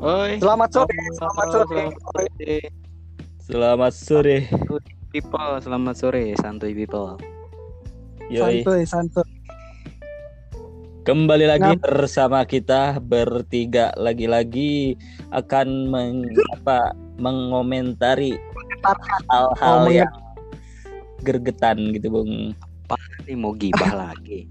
Oi, Selamat sore, halo, selamat sore. selamat sore. Selamat sore. Santuy people, selamat sore, santuy people. Yoi. Santuy, santuy. Kembali lagi Ngap- bersama kita bertiga lagi-lagi akan mengomentari hal-hal mengen- yang gergetan gitu, Bung. Ini mau gibah lagi.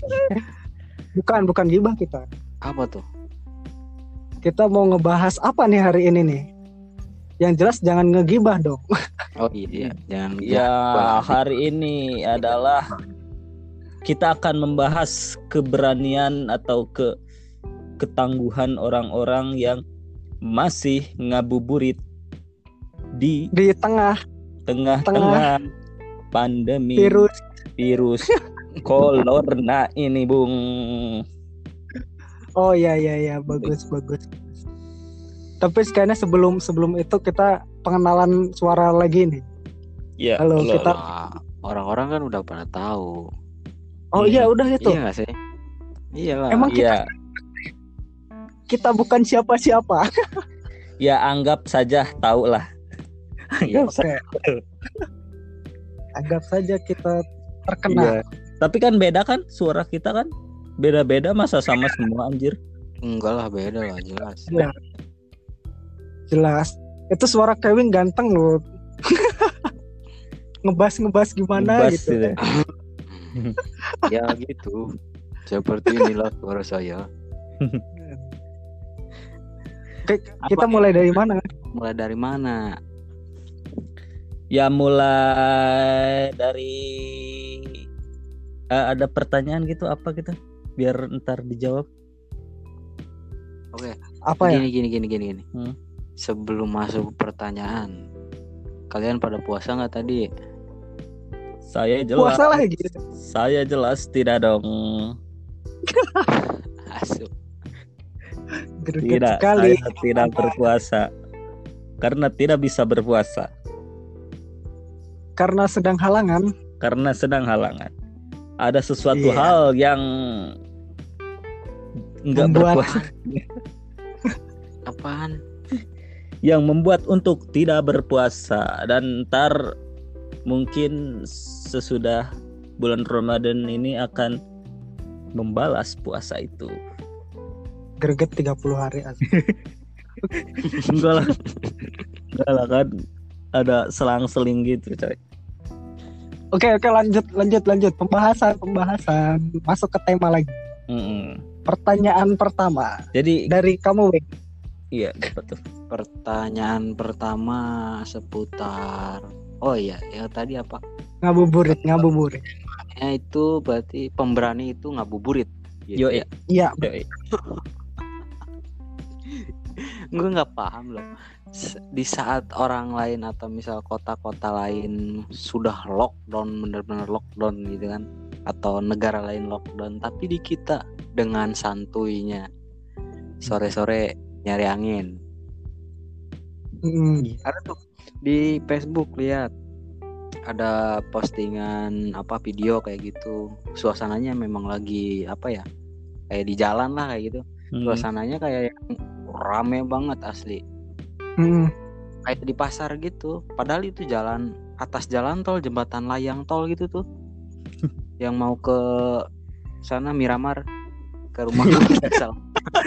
bukan gibah kita. Apa tuh? Kita mau ngebahas apa nih hari ini nih? Yang jelas jangan ngegibah dong. Oh iya, jangan Ya, jangan. hari ini adalah kita akan membahas keberanian atau ketangguhan orang-orang yang masih ngabuburit di Di tengah tengah-tengah pandemi virus. corona ini, Bung. Oh iya, bagus. Tapi sekalian sebelum itu kita pengenalan suara lagi nih. Ya, Halo, kita. Wah, orang-orang kan udah pada tahu. Oh iya, udah itu. Iya nggak sih? Iyalah. Emang ya, kita bukan siapa-siapa. ya anggap saja tahu lah. Anggap Oke. saja. Anggap saja kita terkenal. Iya. Tapi kan beda kan suara kita kan beda-beda, masa sama semua anjir. Enggak lah, beda lah, jelas. Iya. Jelas. Itu suara Kevin ganteng loh. ngebas gimana Ngebas gitu. gitu. Ya gitu. Seperti inilah suara saya. Oke, kita mulai dari mana? Mulai dari mana? Ya mulai dari ada pertanyaan gitu apa gitu biar ntar dijawab. Oke. Apa ya? Gini. Hmm. Sebelum masuk pertanyaan, kalian pada puasa nggak tadi? Saya jelas. Puasa lagi. Saya jelas tidak dong. Asuk. Greget Tidak, sekali. saya tidak berpuasa karena tidak bisa berpuasa Karena sedang halangan. karena sedang halangan. Ada sesuatu Iya. hal yang enggak Membuat- berpuasa Apaan? yang membuat untuk tidak berpuasa, dan ntar mungkin sesudah bulan Ramadan ini akan membalas puasa itu. Greget 30 hari. Enggak lah kan ada selang-seling gitu, coy. Oke, lanjut pembahasan. Masuk ke tema lagi. Mm-mm. Pertanyaan pertama Jadi dari kamu, Wing. iya, apa tuh? Pertanyaan pertama seputar. Oh iya, ya tadi apa? Ngabuburit. Ya itu berarti pemberani itu ngabuburit. Yo, ya. Iya, Gue nggak paham loh. Di saat orang lain atau misal kota-kota lain sudah lockdown, benar-benar lockdown gitu kan, atau negara lain lockdown, tapi di kita dengan santuinya sore-sore nyari angin. Ada tuh di Facebook, lihat ada postingan apa video kayak gitu, suasananya memang lagi apa ya, kayak di jalan lah kayak gitu. Suasananya kayak yang rame banget asli, kayak di pasar gitu, padahal itu jalan atas jalan tol, jembatan layang tol gitu tuh yang mau ke sana Miramar, ke rumah salah.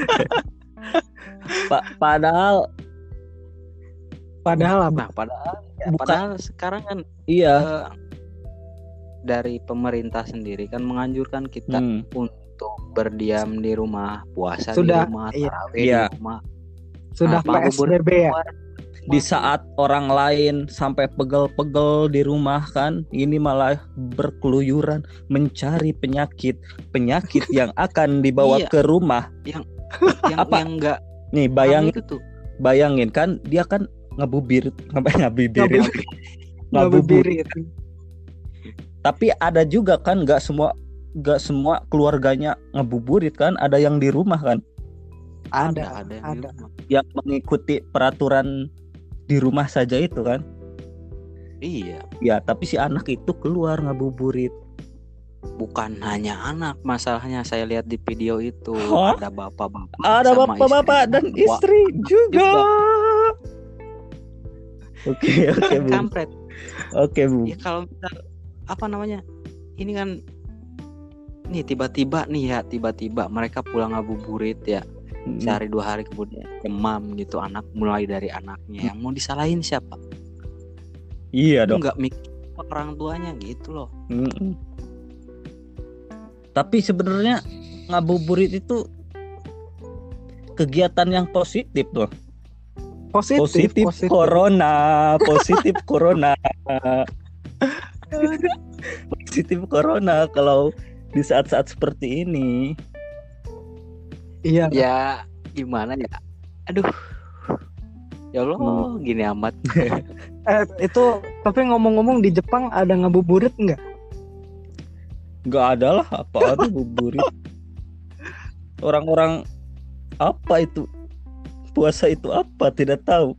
Padahal padahal apa? Nah Bukan. padahal sekarang kan iya. dari pemerintah sendiri kan menganjurkan kita untuk berdiam di rumah, puasa Sudah, di rumah, iya. tarawih Iya. di rumah. Sudah Nah, PSBB ya. Di saat orang lain sampai pegel-pegel di rumah kan, ini malah berkeluyuran mencari penyakit yang akan dibawa Iya. ke rumah. yang Apa? yang enggak Nih itu tuh bayangin kan, dia kan ngabuburit. Ngabuburit. Tapi ada juga kan nggak semua keluarganya ngabuburit kan, ada yang di rumah kan ada Ada. yang mengikuti peraturan di rumah saja itu kan. Iya. Ya, tapi si anak itu keluar ngabuburit. bukan hanya anak, masalahnya saya lihat di video itu Hah? ada bapak-bapak, Ada sama bapak-bapak istri. dan Wah, istri juga. juga. Oke, Bung. Kampret. Oke, Bung. Ya kalau misal apa namanya? Ini kan nih tiba-tiba mereka pulang ngabuburit ya. Sehari 2 hari kemudian demam gitu, anak mulai dari anaknya. Yang mau disalahin siapa? Iya dong. Enggak mikir orang tuanya gitu loh. Tapi sebenarnya ngabuburit itu kegiatan yang positif loh. Positif corona. Positif corona kalau di saat-saat seperti ini. Iya. Ya gimana ya? Aduh. Ya Allah, gini amat. Itu tapi ngomong-ngomong di Jepang ada ngabuburit nggak? Nggak ada lah, apa ngabuburit. Orang-orang apa itu? Puasa itu apa? Tidak tahu.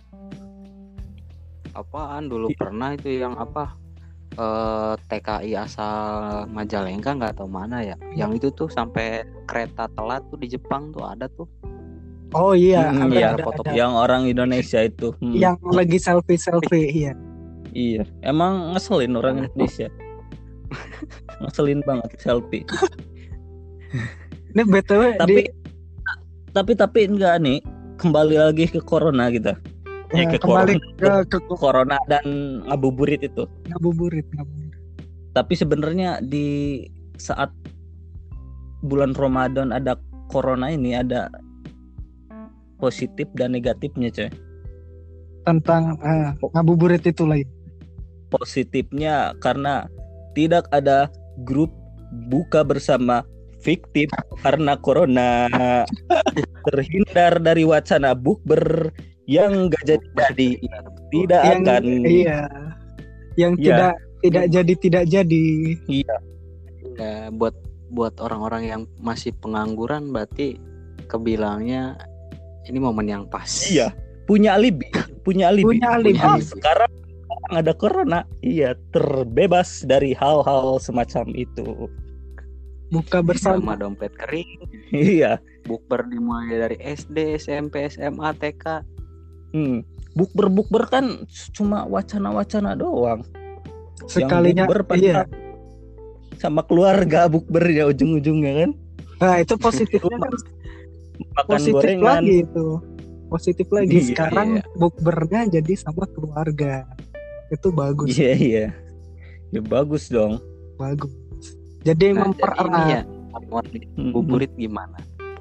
Apaan dulu pernah itu yang apa? TKI asal Majalengka nggak tahu mana ya. Yang itu tuh sampai kereta telat tuh di Jepang tuh ada tuh. Oh iya, ada foto yang orang Indonesia itu. Yang lagi selfie iya. Iya, emang ngeselin orang Indonesia. Ngeselin banget selfie. Ini BTW tapi enggak nih, kembali lagi ke corona kita. Kembali ke corona dan ngabuburit itu. Ngabuburit. Tapi sebenarnya di saat bulan Ramadan ada corona ini ada positif dan negatifnya, coy. Tentang ngabuburit itu lagi. Positifnya karena tidak ada grup buka bersama fiktif karena corona. Terhindar dari wacana bukber yang gak jadi tidak akan. Iya. Yang tidak jadi. Iya. Ya, buat orang-orang yang masih pengangguran berarti kebilangnya ini momen yang pas. Iya, punya alibi. Sekarang ada corona, iya terbebas dari hal-hal semacam itu. Buka bersama dompet kering. Iya. Bukber dimulai dari SD, SMP, SMA, TK. Bukber kan cuma wacana-wacana doang. Sekalinya iya. Sama keluarga bukbernya ujung-ujungnya kan. Nah, itu positifnya kan. Makan positif gorengan. Lagi itu. Positif lagi sekarang bukbernya jadi sama keluarga. Itu bagus. Iya. Ya bagus dong. Bagus. Jadi mempererat. Ngabuburit gimana?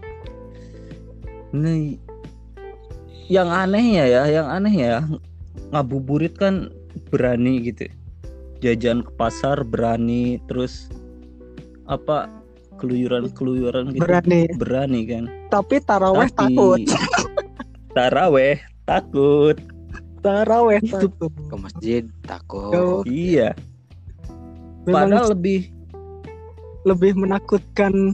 Nih yang aneh ya ngabuburit kan berani gitu. Jajan ke pasar berani, terus apa keluyuran gitu berani kan. Tapi taraweh takut. Taraweh takut. Ke masjid takut. Iya. Padahal lebih menakutkan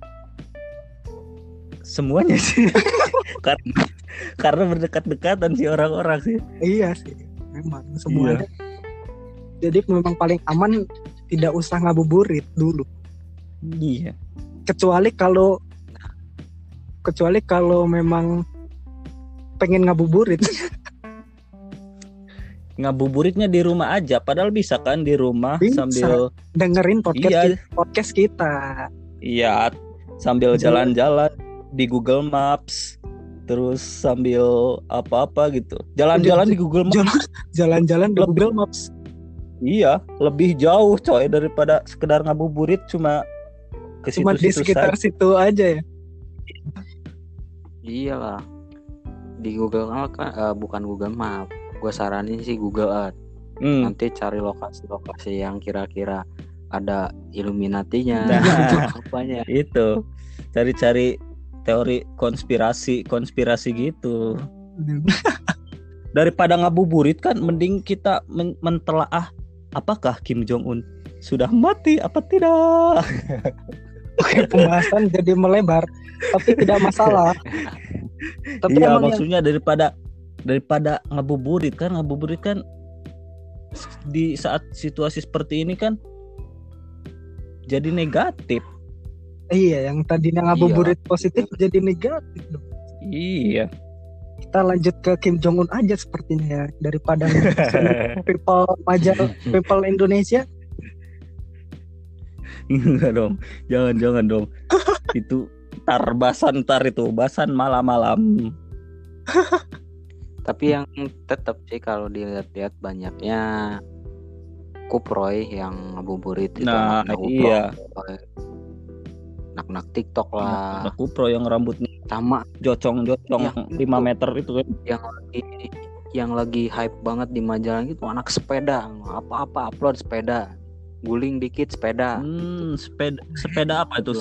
semuanya sih. karena berdekat-dekatan sih orang-orang sih. Iya sih. Memang semuanya. Jadi memang paling aman tidak usah ngabuburit dulu. Iya. Kecuali kalau memang pengen ngabuburit. Ngabuburitnya di rumah aja, padahal bisa kan di rumah sambil dengerin podcast kita. Iya, sambil jalan-jalan di Google Maps, terus sambil apa-apa gitu. Jalan-jalan di Google Maps. Jalan-jalan di Google Maps. Iya, lebih jauh coy daripada sekedar ngabuburit cuma di sekitar situ aja ya. Iyalah. Di Google Map kan bukan Google Map. Gue saranin sih Google Earth. Nanti cari lokasi-lokasi yang kira-kira ada Illuminatinya. Apanya? Itu. Cari-cari teori konspirasi gitu. Daripada ngabuburit kan mending kita mentelaah apakah Kim Jong Un sudah mati apa tidak. Oke, pembahasan jadi melebar, tapi tidak masalah. Tapi iya, maksudnya daripada ngabuburit kan di saat situasi seperti ini kan jadi negatif. Iya, yang tadinya ngabuburit positif jadi negatif dong. Iya. Kita lanjut ke Kim Jong Un aja sepertinya ya, daripada people Indonesia. Enggak dong, jangan dong. Itu bahasan malam-malam. Tapi yang tetap sih kalau dilihat-lihat banyaknya kuproy yang ngabuburit itu. Nah, iya. Anak-anak TikTok lah. Anak kupro yang rambutnya sama jocong ya, 5 meter itu kan. Yang lagi hype banget di majalah gitu, anak sepeda, apa-apa upload sepeda. Guling dikit sepeda. Sepeda apa itu?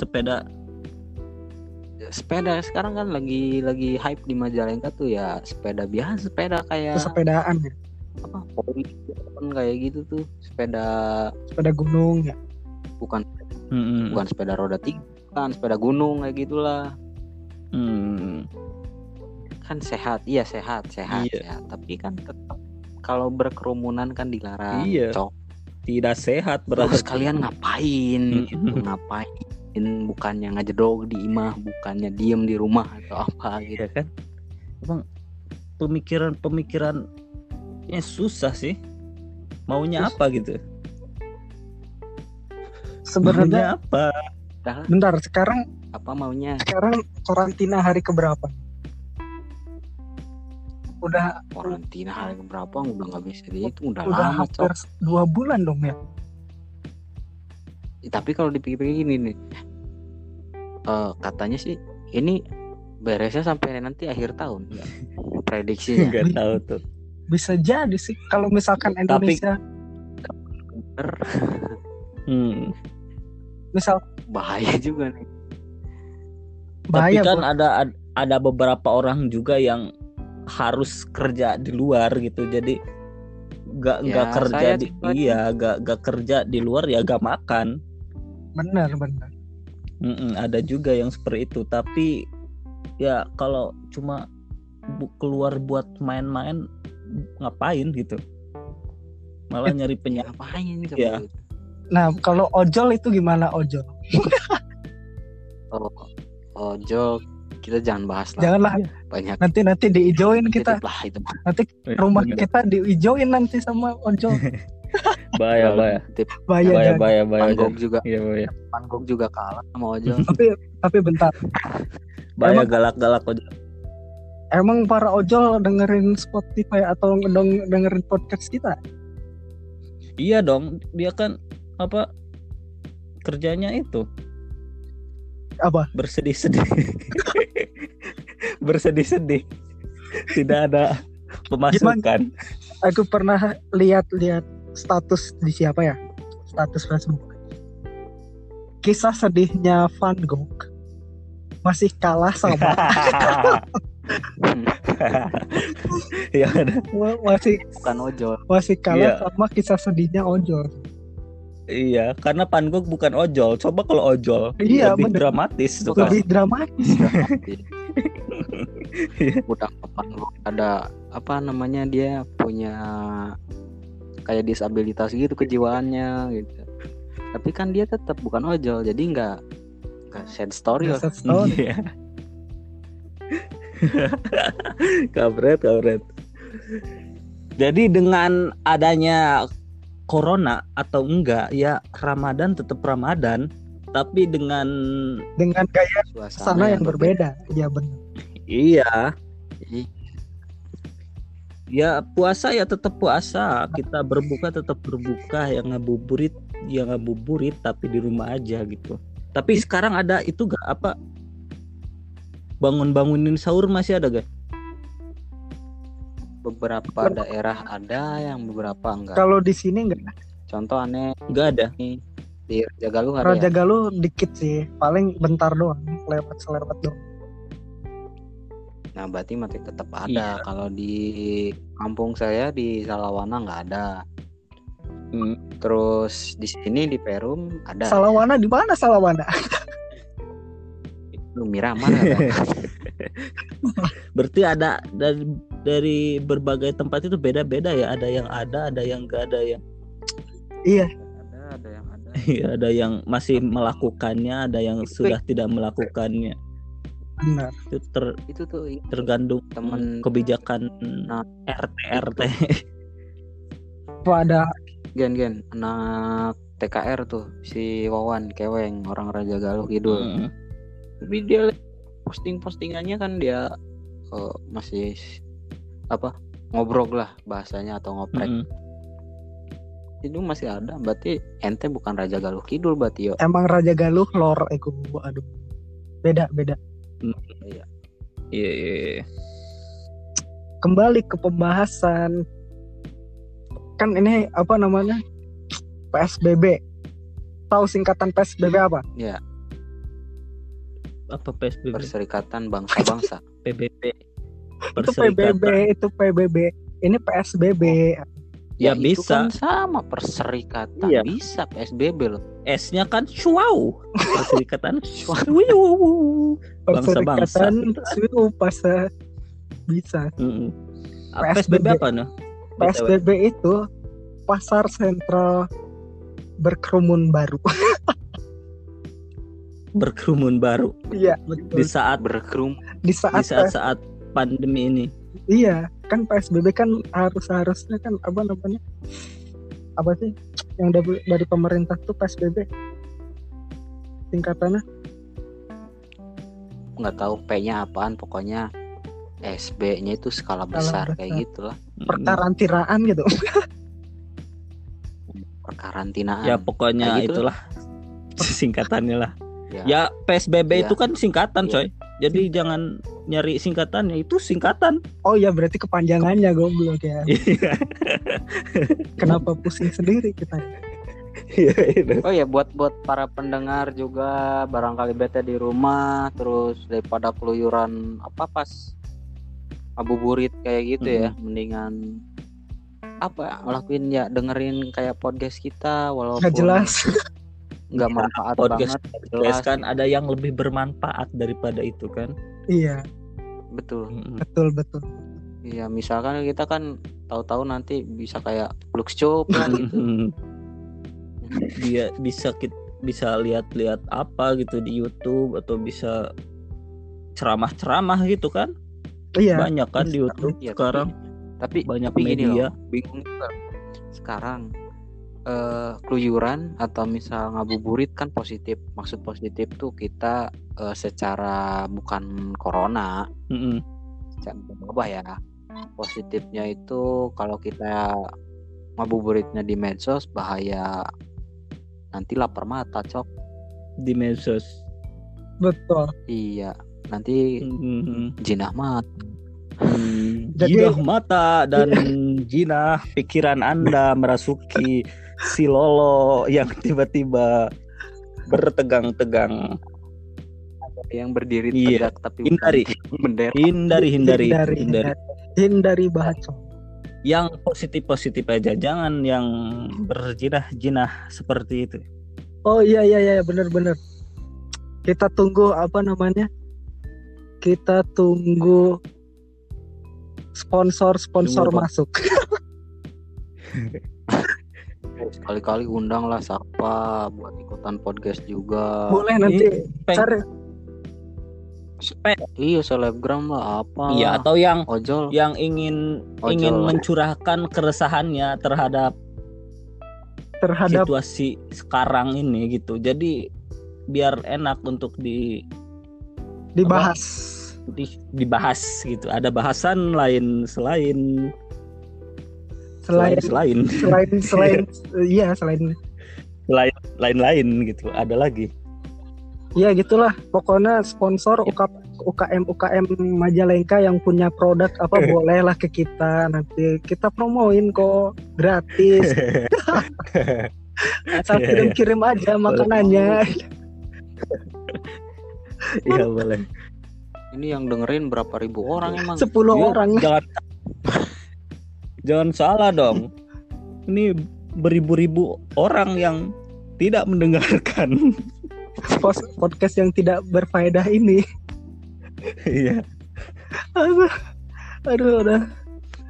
Sepeda sekarang kan lagi hype di Majalengka tuh ya, sepeda biasa, sepeda kayak sepedaan ya. Apa? Kayak gitu tuh, sepeda gunung ya. Bukan sepeda roda 3, kan sepeda gunung kayak gitulah. Kan sehat. Tapi kan tetap kalau berkerumunan kan dilarang. Iya. Tidak sehat berarti. Terus kalian ngapain gitu? Ngapain? Bukannya ngajedog di imah, bukannya diem di rumah atau apa gitu. Ya kan? Emang pemikirannya susah sih. Maunya apa gitu? Sebenarnya apa? Bentar, sekarang apa maunya? Sekarang karantina hari keberapa? Udah karantina hari keberapa? Udah nggak bisa dihitung, udah lama, hampir 2 bulan dong ya. Tapi kalau dipikir-pikir gini nih, katanya sih ini beresnya sampai nanti akhir tahun ya, prediksinya. Nggak tahu tuh. Bisa jadi sih kalau misalkan Indonesia. Misal bahaya juga nih. Bahaya. Tapi kan ada beberapa orang juga yang harus kerja di luar gitu, jadi nggak kerja nggak kerja di luar ya nggak makan. Benar. Ada juga yang seperti itu, tapi ya kalau cuma keluar buat main-main ngapain gitu, malah nyari penyakit. Ngapain gitu ya. Nah kalau ojol itu gimana ojol? Ojol kita jangan bahas lah. Janganlah. Banyak. Nanti diijoin kita. Lah, itu. Nanti rumah kita diijoin nanti sama ojol. Bahaya. Panggok juga. Iya, bahaya. Panggok juga kalah sama ojol. tapi bentar. Bahaya, galak ojol. Emang para ojol dengerin Spotify atau dengerin podcast kita? Iya dong, dia kan apa kerjanya itu apa? Bersedih-sedih. Tidak ada pemasukan. Aku pernah lihat status di siapa ya? Status Facebook. Kisah sedihnya Van Gogh masih kalah sama. Ya ada. Masih bukan ojol. Masih kalah sama kisah sedihnya ojol. Iya, karena Van Gogh bukan ojol. Coba kalau ojol lebih dramatis tuh. Lebih dramatis. Udah Van Gogh ada apa namanya, dia punya kayak disabilitas gitu kejiwaannya gitu. Tapi kan dia tetap bukan ojol, jadi nggak sad story. Iya. Kabret. Jadi dengan adanya corona atau enggak ya, Ramadan tetap Ramadan, tapi dengan gaya suasana yang berbeda. Iya benar. Iya. Ya puasa ya tetap puasa, kita berbuka tetap berbuka, yang ngabuburit tapi di rumah aja gitu. Tapi sekarang ada itu gak apa, bangunin sahur masih ada gak? Beberapa daerah ada, yang beberapa enggak. Kalau di sini enggak. Contoh aneh enggak ada. Di Rajagaluh ada. Rajagaluh dikit sih, paling bentar doang, lewat doang. Nah berarti masih tetap ada. Kalau di kampung saya di Salawana nggak ada. Terus di sini di Perum ada. Salawana di mana Salawana? Lu Miramar ada. Berarti ada dari berbagai tempat itu beda-beda ya. Ada yang ada yang nggak ada yang. Iya. Ada yang ada. Iya, ada yang masih melakukannya, ada yang sudah tidak melakukannya. Benar. Itu tuh tergantung teman kebijakan RT. Ada Gen anak TKR tuh si Wawan Keweng, orang Raja Galuh Kidul. Tapi dia postingannya kan dia masih ngobrol lah bahasanya atau ngoprek. Itu masih ada, berarti ente bukan Raja Galuh Kidul berarti yo. Emang Raja Galuh lor aduh. Beda. Iya. Kembali ke pembahasan. Kan ini apa namanya? PSBB. Tahu singkatan PSBB apa? Ya. Apa PSBB? Perserikatan Bangsa-Bangsa. PBB. Itu PBB. Ini PSBB. Ya itu bisa. Kan sama perserikatan. Iya. Bisa PSBB loh. S-nya kan syuau. Perserikatan bangsa-bangsa. Perserikatan bisa. PSBB apa nih? PSBB itu pasar sentral berkerumun baru. Berkerumun baru. Iya, betul. Di saat saat pandemi ini. Iya, kan PSBB kan harusnya kan apa namanya? Apa sih yang dari pemerintah tuh PSBB? Singkatannya? Nggak tahu P-nya apaan, pokoknya SB-nya itu skala besar kayak gitulah. Perkarantinaan gitu. Perkarantinaan. Ya pokoknya itulah singkatannya lah. Ya PSBB itu kan singkatan coy. Jadi jangan nyari singkatannya, itu singkatan. Oh ya berarti kepanjangannya goblok ya. Kenapa pusing sendiri kita? Oh ya buat para pendengar juga, barangkali bete di rumah terus daripada keluyuran pas ngabuburit kayak gitu ya, mendingan ngelakuin ya dengerin kayak podcast kita walaupun nggak jelas. Nggak manfaat podcast, banget jelas kan ada yang lebih bermanfaat daripada itu kan. Iya betul. Iya, misalkan kita kan tahu-tahu nanti bisa kayak Luxcop lah gitu. Dia bisa lihat apa gitu di YouTube atau bisa ceramah gitu kan. Iya, banyak kan di YouTube sekarang. Tapi banyak loh, media. bingung juga sekarang. Keluyuran atau misal ngabuburit kan positif. Maksud positif tuh kita secara bukan corona, secara berubah ya. Positifnya itu kalau kita ngabuburitnya di medsos bahaya, nanti lapar mata cok di medsos. Betul. Iya, nanti jinah mata. Jinah mata dan jinah pikiran Anda merasuki si Lolo yang tiba-tiba bertegang-tegang, yang berdiri tegak tapi hindari bacot. Yang positif aja, jangan yang berjinah seperti itu. Oh iya benar. Kita tunggu kita tunggu sponsor masuk. Sekali-kali undang lah siapa buat ikutan podcast juga. Boleh nanti cari. Iya selebgram lah apa. Iya atau yang ojol yang ingin mencurahkan keresahannya terhadap situasi sekarang ini gitu. Jadi biar enak untuk dibahas gitu. Ada bahasan lain selain gitu. Ada lagi. Ya gitulah. Pokoknya sponsor UKM Majalengka yang punya produk bolehlah ke kita, nanti kita promoin kok gratis. Asal kirim aja makanannya. Iya boleh. Ini yang dengerin berapa ribu orang emang? 10 orang. Jangan salah dong. Ini beribu-ribu orang yang tidak mendengarkan podcast yang tidak berfaedah ini. Iya. Aduh udah.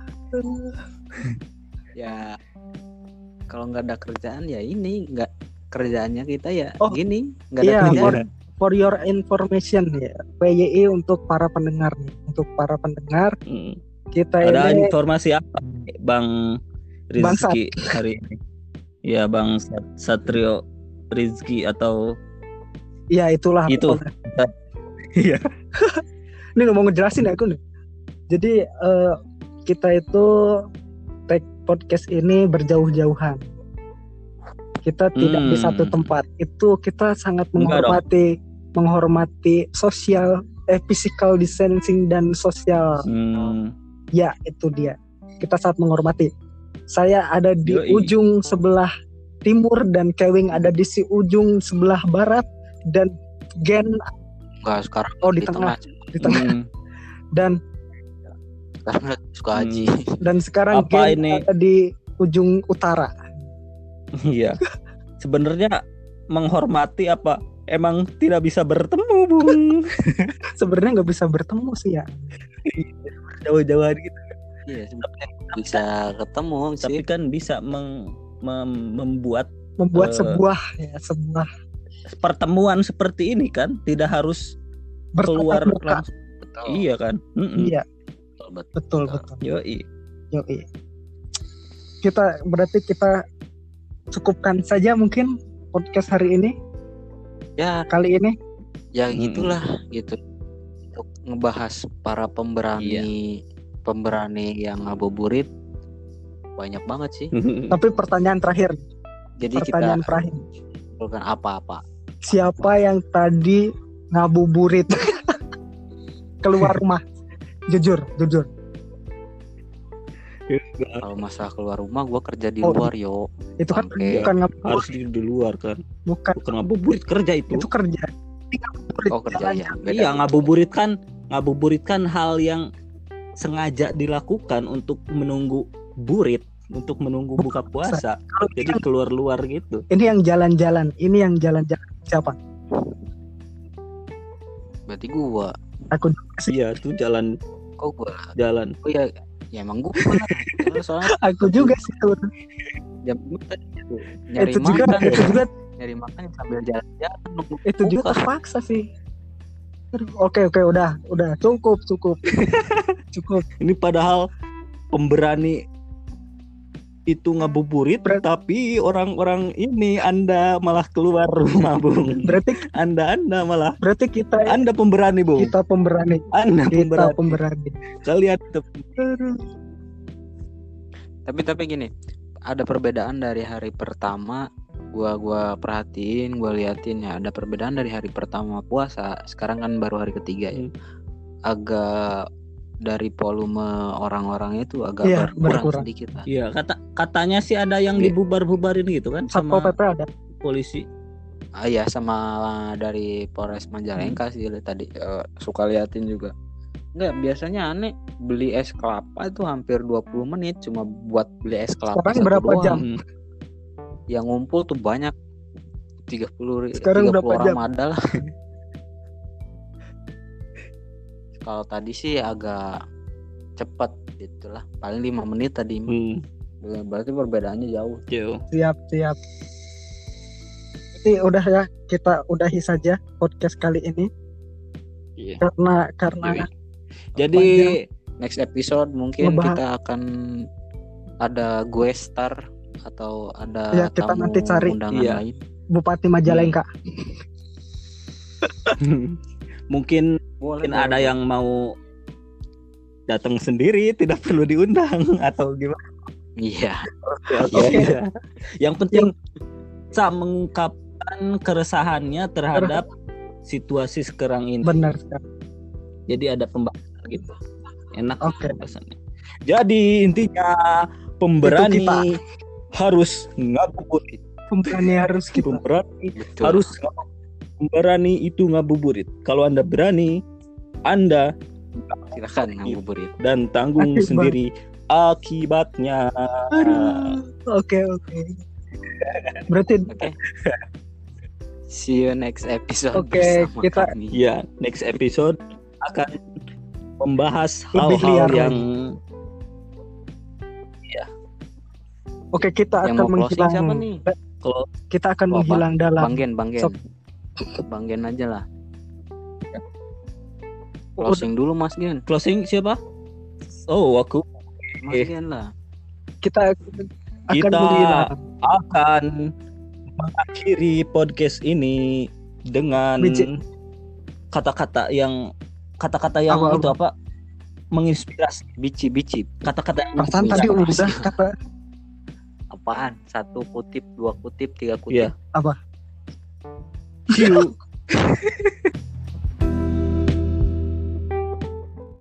Ya kalau nggak ada kerjaan ya ini nggak kerjaannya kita ya gini, nggak ada iya, kerjaan. For your information ya, PYI untuk para pendengar nih, untuk para pendengar kita ada ini informasi apa Bang Rizky hari ini? Ya Bang Satrio Rizky atau ya itulah itu. Iya. Ini mau ngejelasin aku nih. Jadi kita itu take podcast ini berjauh-jauhan. Kita tidak di satu tempat. Itu kita sangat menghormati sosial, physical distancing dan sosial. Ya, itu dia. Kita sangat menghormati. Saya ada di ujung sebelah timur dan Kewing ada di si ujung sebelah barat dan Gen sekarang di tengah. Di tengah. Dan karena suka haji. Dan sekarang Gen ada di ujung utara. Iya. Sebenarnya menghormati apa? Emang tidak bisa bertemu, Bung. Sebenarnya nggak bisa bertemu sih ya. Jauh-jauhan gitu. Iya, sebenarnya bisa ketemu sih. Tapi kan bisa membuat sebuah pertemuan seperti ini kan, tidak harus keluar langsung. Iya kan? Iya. Betul. Yoi. Berarti kita cukupkan saja mungkin podcast hari ini. Ya, kali ini. Ya gitulah gitu. Untuk ngebahas para pemberani yang ngabuburit banyak banget sih. Tapi pertanyaan terakhir. Jadi pertanyaan terakhir. Bukan apa-apa. Siapa yang tadi ngabuburit keluar rumah? Jujur. Kalau masalah keluar rumah, gue kerja di luar yo. Itu kan bukan ngabuburit. Harus di luar kan. Bukan ngabuburit, kerja itu. Itu kerja. Kerja ya. Iya, ngabuburit kan hal yang sengaja dilakukan untuk menunggu burit, untuk menunggu buka puasa. Jadi keluar gitu. Ini yang jalan-jalan siapa? Berarti gua. Aku iya tuh jalan. Kok gua? Jalan. Oh ya emang gua. Soalnya aku juga sih tuh. Jam tadi nyari makan. Itu juga nyari makan sambil jalan-jalan. Itu juga terpaksa sih. Oke, udah cukup. Ini padahal pemberani itu ngabuburit, tapi orang-orang ini Anda malah keluar rumah, Bung. Berarti Anda malah. Berarti Anda pemberani, Bung. Kita pemberani. Anda pemberani. Kalian Tapi gini, ada perbedaan dari hari pertama. Gua perhatiin, gua liatin ya, ada perbedaan dari hari pertama puasa. Sekarang kan baru hari ketiga ya. Agak dari volume orang-orang itu agak berkurang sedikit lah. Iya, katanya sih ada yang dibubar-bubarin gitu kan sama Satpol PP ada. Polisi. Iya, sama dari Polres Majalengka sih tadi suka liatin juga. Enggak, biasanya aneh beli es kelapa itu hampir 20 menit cuma buat beli es kelapa. Sekarang berapa doang. jam? Yang ngumpul tuh banyak 30 berapa orang jam? ada lah. Kalau tadi sih agak cepat gitulah, paling 5 menit tadi. Berarti perbedaannya jauh. Siap. Jadi udah ya, kita udahi saja podcast kali ini. Iya. Karena jadi next episode mungkin kita akan ada guest star atau ada kita tamu nanti cari undangan lain. Bupati Majalengka. Mungkin ada yang mau datang sendiri, tidak perlu diundang atau gimana? Iya. Okay. Yang penting bisa mengungkapkan keresahannya terhadap situasi sekarang ini. Benar sekali. Jadi ada pembahasan gitu. Enak pembahasannya. Jadi intinya pemberani harus ngabuburit. Pemberani itu ngabuburit. Kalau Anda berani, Anda silakan ngabuburit dan tanggung sendiri akibatnya. Oke. Berarti see you next episode. Oke, kita next episode akan membahas hal-hal yang Oke, kita yang akan mau closing siapa nih? Kalau kita akan menghilang dalam Bang Gen aja lah. Closing dulu Mas Gen. Closing siapa? Oh, aku. Mas Gen lah. Kita akan mengakhiri podcast ini dengan kata-kata yang itu apa? Menginspirasi. Bici. Kata-kata yang perasaan tadi udah kata apaan? 1 kutip, 2 kutip, 3 kutip. Iya. Apa? See you.